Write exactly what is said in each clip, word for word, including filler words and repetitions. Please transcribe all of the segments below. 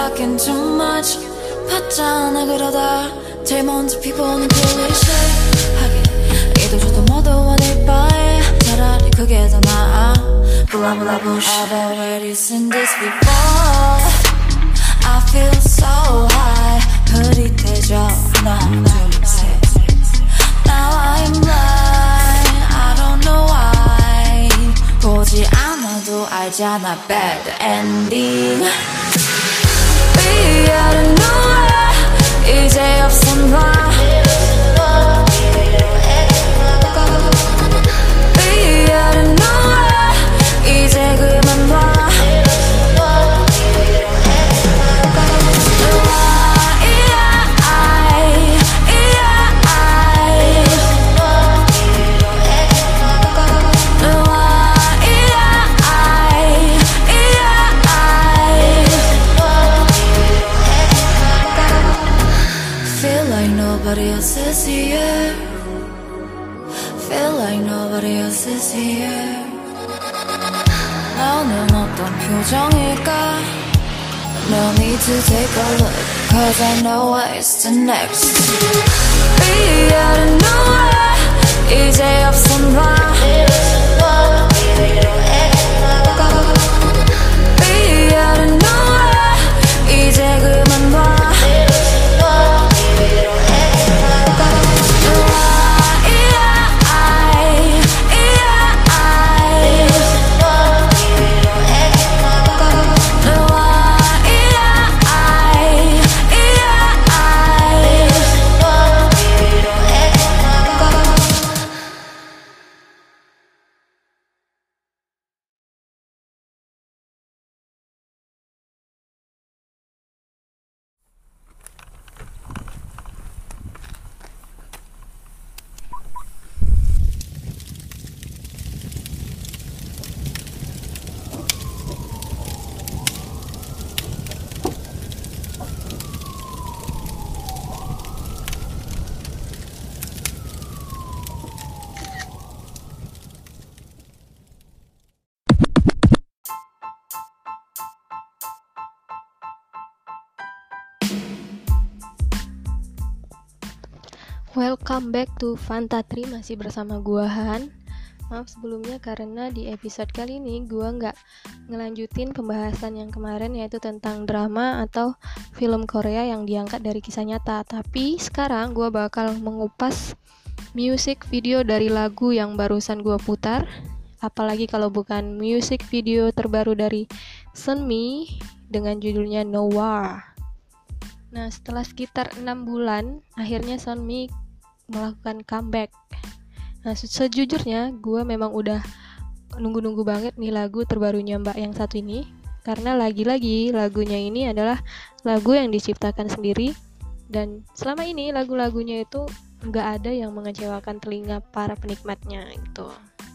talking too much 봤잖아 그러다 제일 먼저 피부는 클리셰하게 이도저도 모두 원일 바에 차라리 그게 더 나아 Blah blah bullshit I've already seen this before I feel so high 흐릿해져 하나 둘셋 Now I'm blind I don't know why 보지 않아도 알잖아 bad ending We out of nowhere 이제 없음 봐 We out of nowhere 이제 그만 봐 Nobody else is here Feel like nobody else is here 나는 어떤 표정일까 No need to take a look Cause I know what's the next We out of nowhere 이제 없음 봐 We out of nowhere 이제 그만 봐 Welcome back to Fantatri, masih bersama gua Han. Maaf sebelumnya karena di episode kali ini gua nggak ngelanjutin pembahasan yang kemarin, yaitu tentang drama atau film Korea yang diangkat dari kisah nyata. Tapi sekarang gua bakal mengupas music video dari lagu yang barusan gua putar. Apalagi kalau bukan music video terbaru dari Sunmi dengan judulnya Nowhere. Nah, setelah sekitar enam bulan, akhirnya Sunmi melakukan comeback. Nah, se- sejujurnya gue memang udah nunggu-nunggu banget nih lagu terbarunya Mbak yang satu ini, karena lagi-lagi lagunya ini adalah lagu yang diciptakan sendiri, dan selama ini lagu-lagunya itu nggak ada yang mengecewakan telinga para penikmatnya gitu.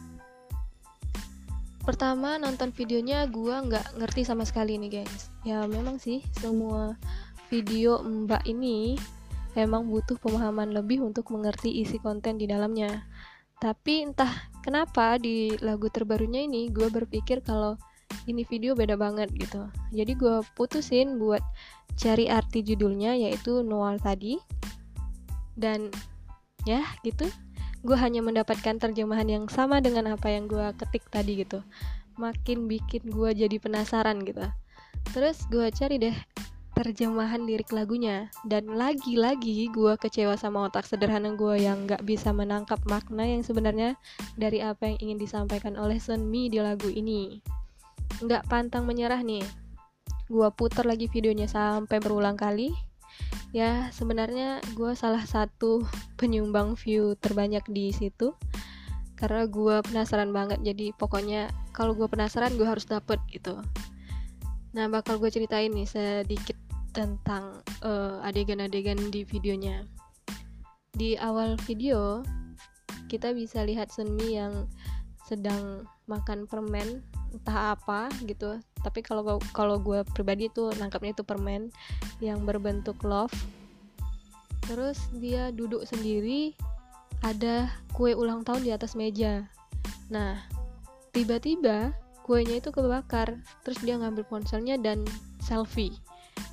Pertama nonton videonya gue nggak ngerti sama sekali nih guys. Ya memang sih semua video Mbak ini emang butuh pemahaman lebih untuk mengerti isi konten di dalamnya. Tapi entah kenapa di lagu terbarunya ini gue berpikir kalau ini video beda banget gitu. Jadi gue putusin buat cari arti judulnya, yaitu Noir tadi. Dan ya gitu, gue hanya mendapatkan terjemahan yang sama dengan apa yang gue ketik tadi gitu. Makin bikin gue jadi penasaran gitu. Terus gue cari deh terjemahan lirik lagunya, dan lagi-lagi gue kecewa sama otak sederhana gue yang gak bisa menangkap makna yang sebenarnya dari apa yang ingin disampaikan oleh Sunmi di lagu ini. Gak pantang menyerah nih, gue putar lagi videonya sampai berulang kali. Ya sebenarnya gue salah satu penyumbang view terbanyak di situ, karena gue penasaran banget. Jadi pokoknya kalau gue penasaran gue harus dapet gitu. Nah, bakal gue ceritain nih sedikit tentang uh, adegan-adegan di videonya. Di awal video kita bisa lihat Sunmi yang sedang makan permen entah apa gitu. Tapi kalau kalau gue pribadi tuh nangkapnya itu permen yang berbentuk love. Terus dia duduk sendiri, ada kue ulang tahun di atas meja. Nah, tiba-tiba kuenya itu kebakar. Terus dia ngambil ponselnya dan selfie.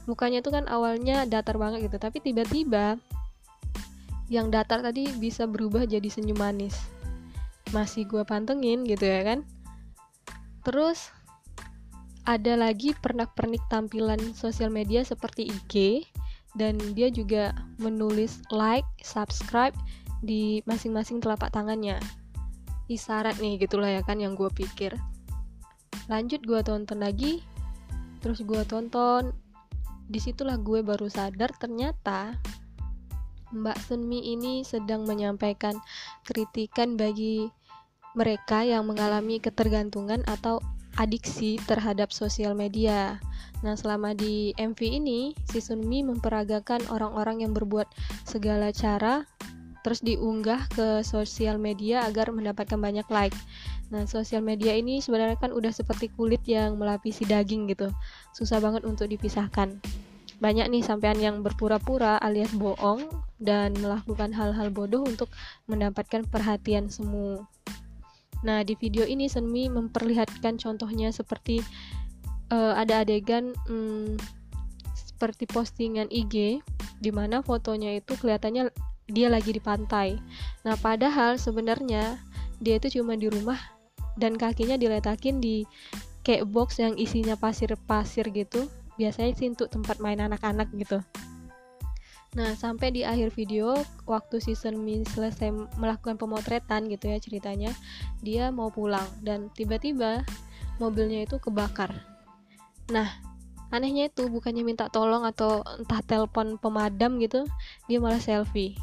mukanya tuh kan awalnya datar banget gitu, tapi tiba-tiba yang datar tadi bisa berubah jadi senyum manis. Masih gue pantengin gitu ya kan. Terus ada lagi pernak-pernik tampilan sosial media seperti I G, dan dia juga menulis like, subscribe di masing-masing telapak tangannya. Isyarat nih gitulah ya kan yang gue pikir. Lanjut gue tonton lagi, terus gue tonton, disitulah gue baru sadar ternyata Mbak Sunmi ini sedang menyampaikan kritikan bagi mereka yang mengalami ketergantungan atau adiksi terhadap sosial media. Nah, selama di M V ini, si Sunmi memperagakan orang-orang yang berbuat segala cara terus diunggah ke sosial media agar mendapatkan banyak like. Nah, sosial media ini sebenarnya kan udah seperti kulit yang melapisi daging gitu. Susah banget untuk dipisahkan. Banyak nih sampean yang berpura-pura alias bohong dan melakukan hal-hal bodoh untuk mendapatkan perhatian semu. Nah, di video ini Sunmi memperlihatkan contohnya seperti uh, ada adegan um, seperti postingan I G di mana fotonya itu kelihatannya dia lagi di pantai. Nah, padahal sebenarnya dia itu cuma di rumah dan kakinya diletakin di kayak box yang isinya pasir-pasir gitu. Biasanya sih untuk tempat main anak-anak gitu. Nah, sampai di akhir video, waktu si Sunmi selesai melakukan pemotretan gitu ya ceritanya, dia mau pulang dan tiba-tiba mobilnya itu kebakar. Nah, anehnya itu bukannya minta tolong atau entah telepon pemadam gitu, dia malah selfie.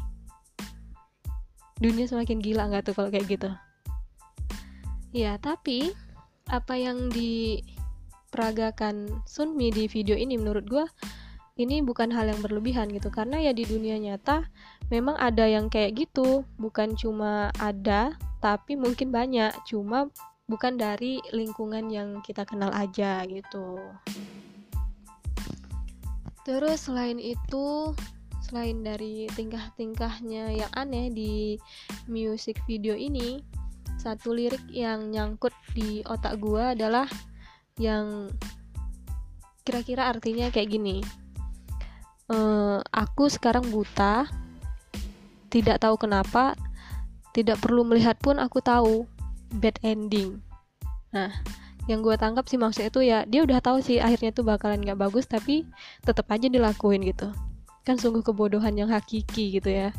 Dunia semakin gila nggak tuh kalau kayak gitu? Ya, tapi apa yang diperagakan Sunmi di video ini menurut gue ini bukan hal yang berlebihan gitu, karena ya di dunia nyata memang ada yang kayak gitu, bukan cuma ada tapi mungkin banyak, cuma bukan dari lingkungan yang kita kenal aja gitu. Terus selain itu, selain dari tingkah-tingkahnya yang aneh di music video ini, satu lirik yang nyangkut di otak gue adalah yang kira-kira artinya kayak gini. e, Aku sekarang buta, tidak tahu kenapa, tidak perlu melihat pun aku tahu, bad ending. Nah, yang gue tangkap sih maksudnya itu ya dia udah tahu sih akhirnya tuh bakalan gak bagus, tapi tetap aja dilakuin gitu. Kan sungguh kebodohan yang hakiki gitu ya.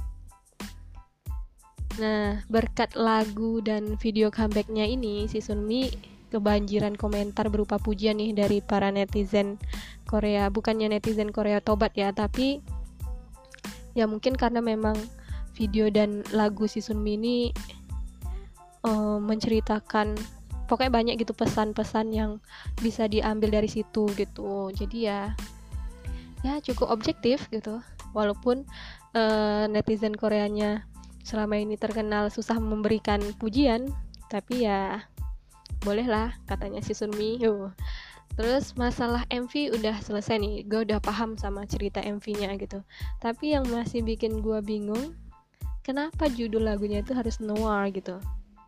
Nah, berkat lagu dan video comeback-nya ini, si Sunmi kebanjiran komentar berupa pujian nih dari para netizen Korea. Bukannya netizen Korea tobat ya, tapi ya mungkin karena memang video dan lagu si Sunmi ini uh, menceritakan, pokoknya banyak gitu pesan-pesan yang bisa diambil dari situ gitu. Jadi ya ya cukup objektif gitu. Walaupun uh, netizen Koreanya selama ini terkenal susah memberikan pujian, tapi ya bolehlah katanya si Sunmi. Yuh. Terus masalah M V udah selesai nih, gue udah paham sama cerita M V-nya gitu. Tapi yang masih bikin gue bingung, kenapa judul lagunya itu harus noir gitu.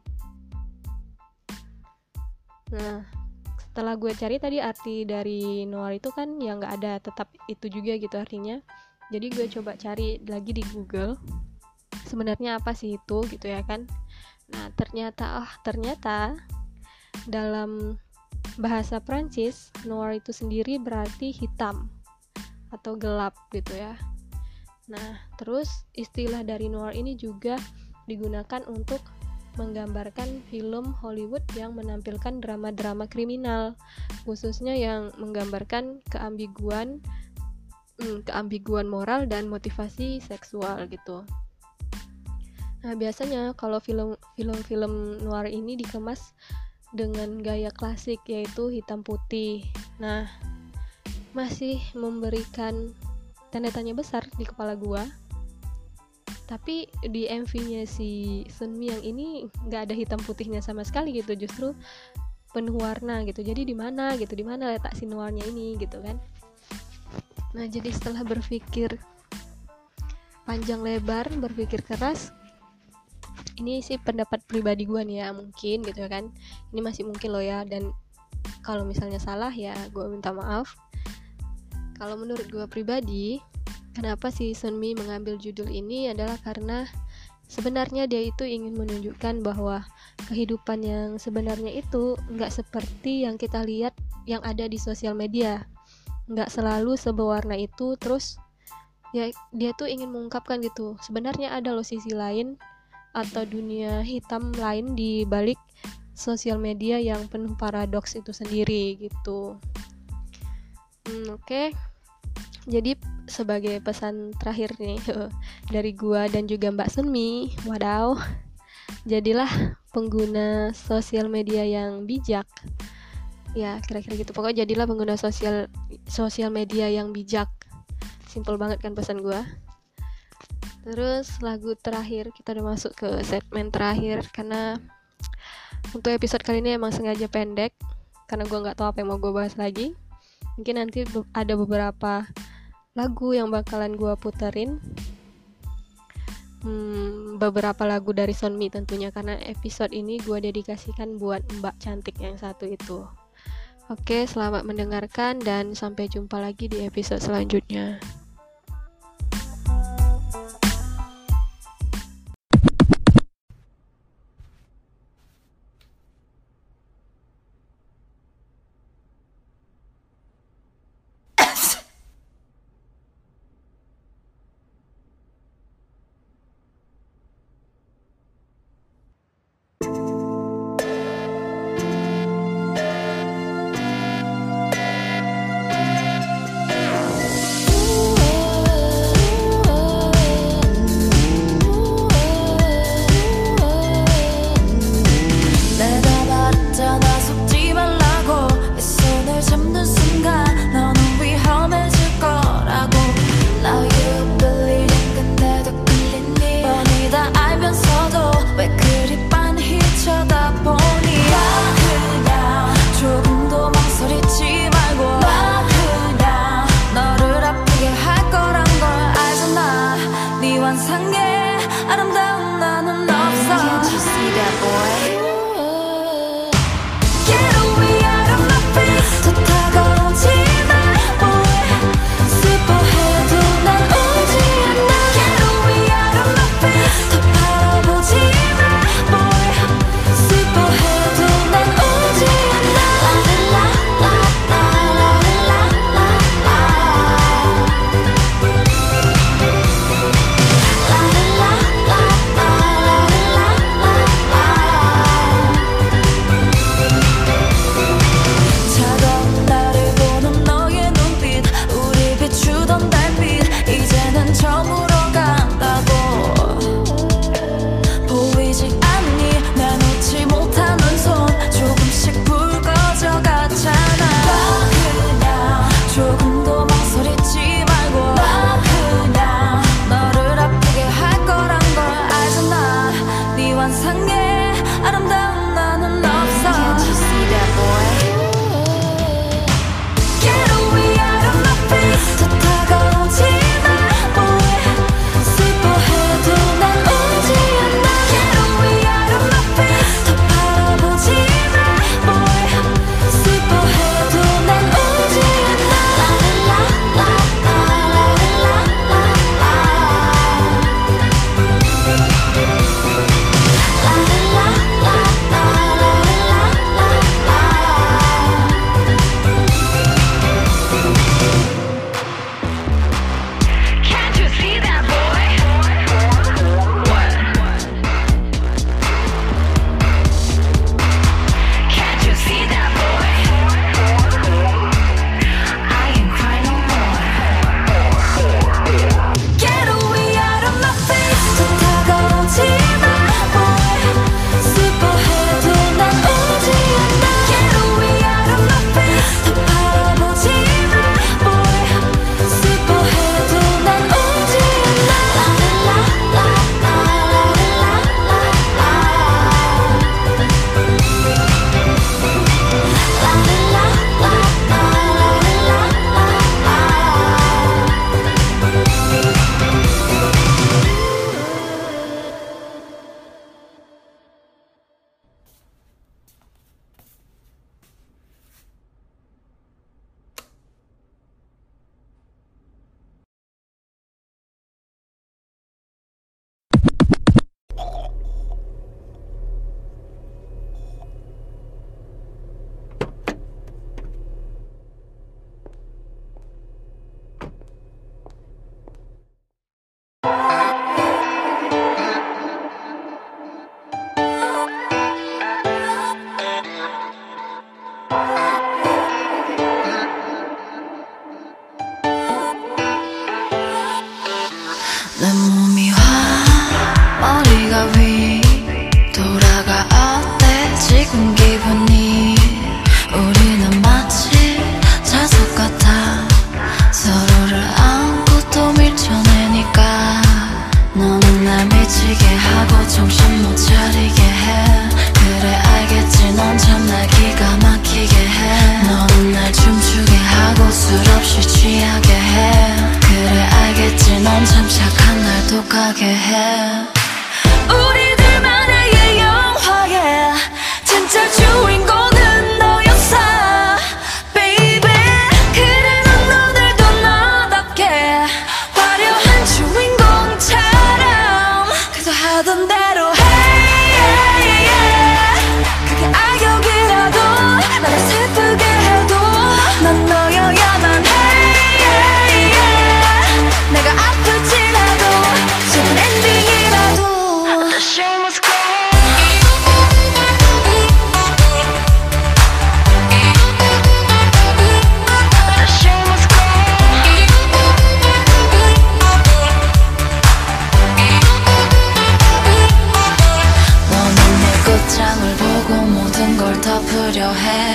Nah, setelah gue cari tadi arti dari noir itu kan ya nggak ada, tetap itu juga gitu artinya. Jadi gue coba cari lagi di Google, sebenarnya apa sih itu gitu ya kan. Nah, ternyata oh ternyata dalam bahasa Prancis, noir itu sendiri berarti hitam atau gelap gitu ya. Nah, terus istilah dari noir ini juga digunakan untuk menggambarkan film Hollywood yang menampilkan drama-drama kriminal, khususnya yang menggambarkan keambiguan hmm, keambiguan moral dan motivasi seksual gitu. Nah, biasanya kalau film film-film noir ini dikemas dengan gaya klasik, yaitu hitam putih. Nah, masih memberikan tanda tanya besar di kepala gua. Tapi di M V-nya si Sunmi yang ini nggak ada hitam putihnya sama sekali gitu, justru penuh warna gitu. Jadi di mana gitu, di mana letak si noirnya ini gitu kan? Nah, jadi setelah berpikir panjang lebar, berpikir keras, ini sih pendapat pribadi gue nih ya, mungkin gitu kan, ini masih mungkin loh ya, dan kalau misalnya salah ya gue minta maaf, Kalau menurut gue pribadi, kenapa si Sunmi mengambil judul ini adalah karena sebenarnya dia itu ingin menunjukkan bahwa kehidupan yang sebenarnya itu nggak seperti yang kita lihat yang ada di sosial media, nggak selalu seberwarna itu. Terus ya dia tuh ingin mengungkapkan gitu, sebenarnya ada loh sisi lain atau dunia hitam lain di balik sosial media yang penuh paradoks itu sendiri gitu. Hmm, Oke, okay. Jadi sebagai pesan terakhir nih dari gua dan juga Mbak Sunmi, wadaw, jadilah pengguna sosial media yang bijak. Ya kira-kira gitu. Pokoknya jadilah pengguna sosial sosial media yang bijak. Simpel banget kan pesan gua. Terus lagu terakhir, kita udah masuk ke segmen terakhir karena untuk episode kali ini emang sengaja pendek karena gua nggak tahu apa yang mau gua bahas lagi. Mungkin nanti ada beberapa lagu yang bakalan gue puterin, hmm, beberapa lagu dari Sunmi tentunya, karena episode ini gue dedikasikan buat mbak cantik yang satu itu. Oke, selamat mendengarkan dan sampai jumpa lagi di episode selanjutnya.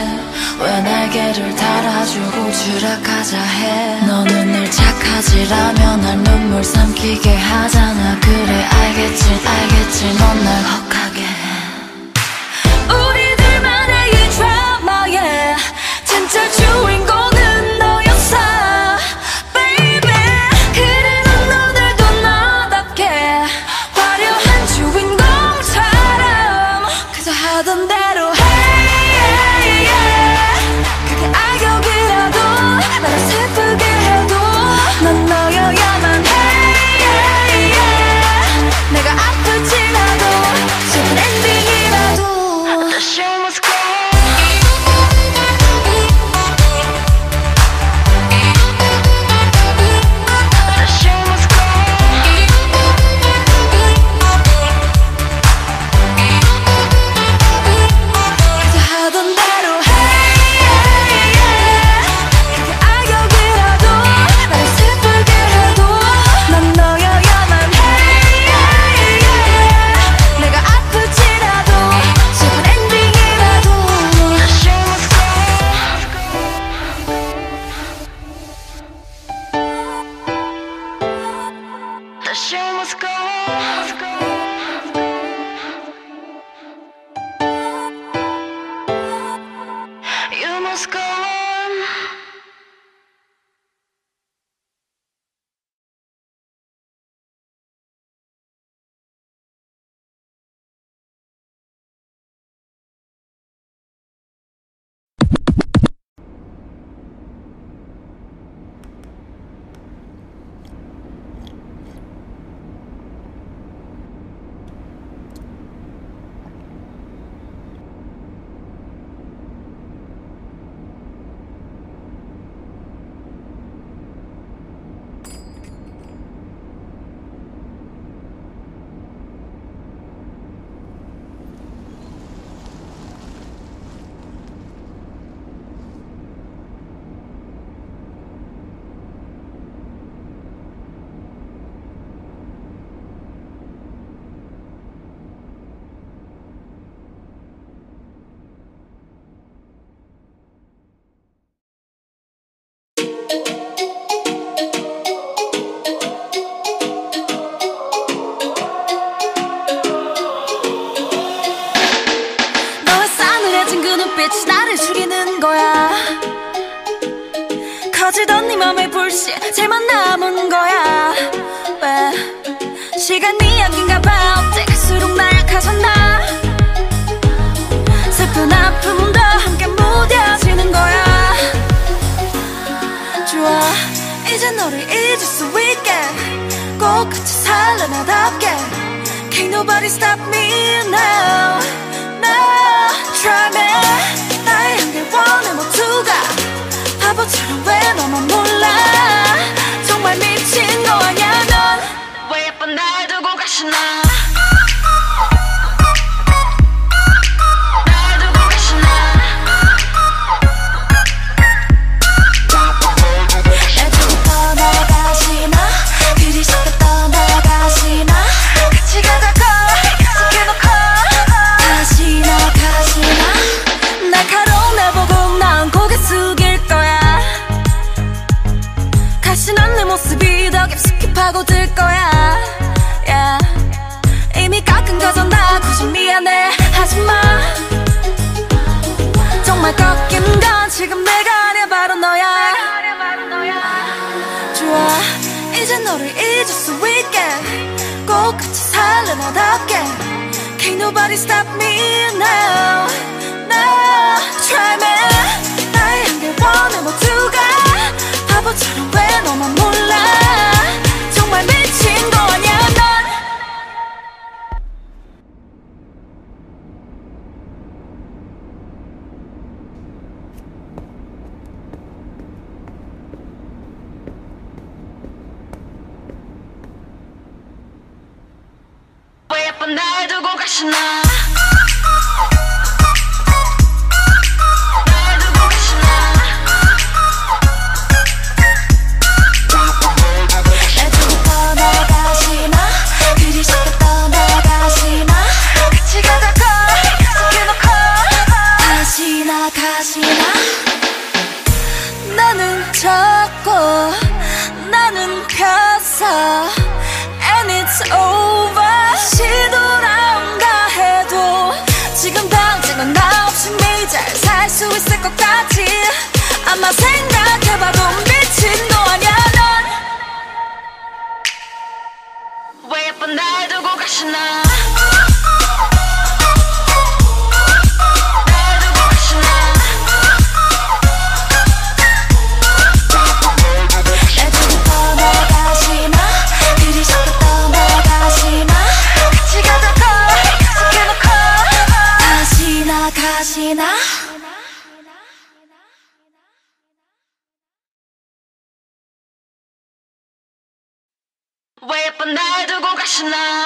왜 날개를 달아주고 추락하자 해. 너는 늘 착하지라면 날 눈물 삼키게 하잖아. 그래 알겠지 알겠지 넌 날 혹하게 해. 우리들만의 이 드라마에 진짜 주인공은 너였어 baby. 그래 넌 오늘도 너답게 화려한 주인공처럼 그저 하던 대로 해. 그게 악역이라도 나를 슬프게 해도 넌 너여야만 해. 내가 아플지라도 슬픈 엔딩이라도 The show must go. The show must go. 그저 하던 대로 해. 그게 악역이라도 나를 슬프게 해도 넌 너여야만 해. 내가 아플지라도 슬픈 엔딩이라도 The show must go. The show must go. You must go on. 너의 싸늘해진 그 눈빛이 나를 죽이는 거야. 커지던 네 맘의 불씨 제만 남은 거야. 왜 시간이 약인가 봐. 어째 갈수록 나약해졌나. 슬픈 아픔도 함께 무뎌지는 거야. 좋아 이제 너를 잊을 수 있게 꼭 같이 살래 나답게. Can't nobody stop me now. No try me. 나의 한길 원해 모두가 바보처럼 왜 너만 몰라. 정말 미친 거 아냐 넌. 왜 예쁜 날 두고 가시나. 날 두고 가시나. 날 두고 떠나가시나. 그리 쉽게 떠나가시나. 같이 가자고 약속해놓고 가시나 가시나. 날카로운 날 보고 난 고개 숙일 거야. 가시난 내 모습이 더 깊숙이 파고들 거야. yeah. 이미 깎은 거잖아. 굳이 미안해 하지마. 정말 꺾인 건 지금 내가 아니야 바로 너야. 좋아 이제 너를 잊을 수 있게 꼭 같이 살래 나답게. Can't nobody stop me now. No try me. 나의 한길 원해 모두가 바보처럼 왜 너만 몰라. 정말 미친 거 아냐 넌. 왜 예쁜 날 두고 가시나. 날 두고 가시나. 날 두고 떠나가시나. 그리 쉽게 떠나가시나. 같이 가자고 약속해놓고 가시나 가시나. 가시나 나는 자꾸 나는 폈어 And it's over 시돌아온다 해도 지금 당장은 나 없인 네 잘 살 수 있을 것 같지 아마 생각해봐도 미친 너 아냐 넌 왜 예쁜 날 두고 가시나 가시나 왜 예쁜 날 두고 가시나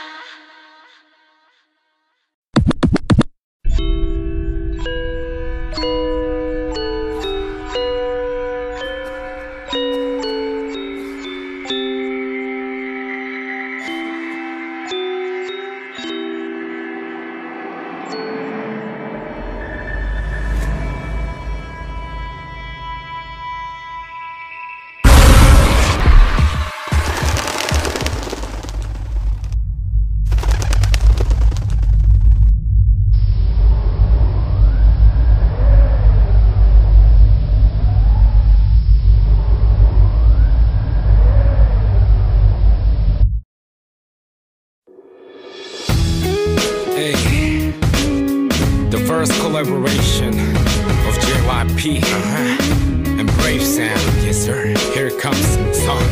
First collaboration of J Y P uh-huh. and Brave Sound. Yes, sir. Here it comes, song.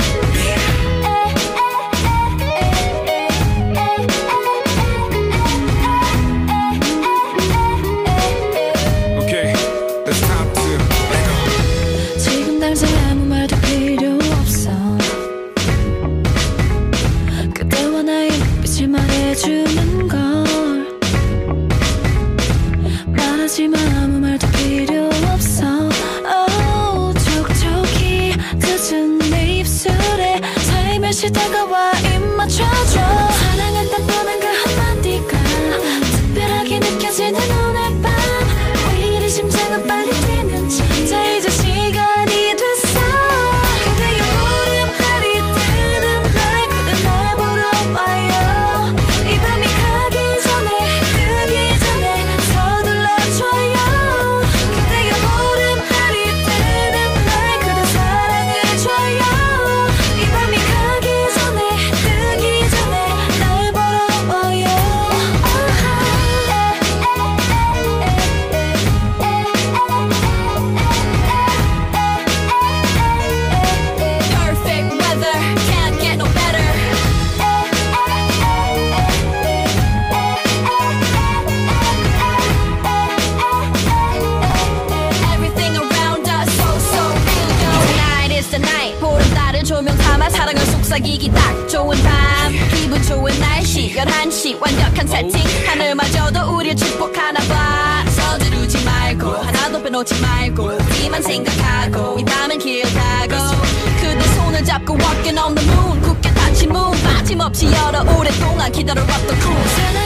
Okay, it's time to let go. 지금 당장 아무 말도 필요 없어. 그대와 나의 빛이 말해주는 걸. 하지만 아무 말도 필요 없어 oh, 촉촉히 젖은 내 입술에 살며시 다가와 입 맞춰줘 사랑한다 뻔한 그 한마디가 특별하게 느껴지는 오늘 밤 왜 이리 심장은 빨리 뛰는지 자 이제 시간이 됐어 그대의 울음 흐릿뜨는 날 그대 날 보러 와요 이 밤이 가기 전에 뜨기 전에 서둘러 그대의 보름 흐릿뜨는 날 그대 사랑해줘요 이 밤이 가기 전에 뜨기 전에 날 보러 와요 Perfect weather, can't get no better Everything around us so so real Tonight is the night 보름 달을 조명 삼아 사랑을 속삭이기 딱 좋은 밤 기분 좋은 날씨 열한 시 완벽한 세팅 하늘마저도 우릴 축복하나 봐 서두르지 말고 하나도 빼놓지 말고 우리만 생각하고 이 밤은 길다고 그대 손을 잡고 walking on the moon 굳게 닫힌 문 빠짐없이 열어 오랫동안 기다려왔던 cool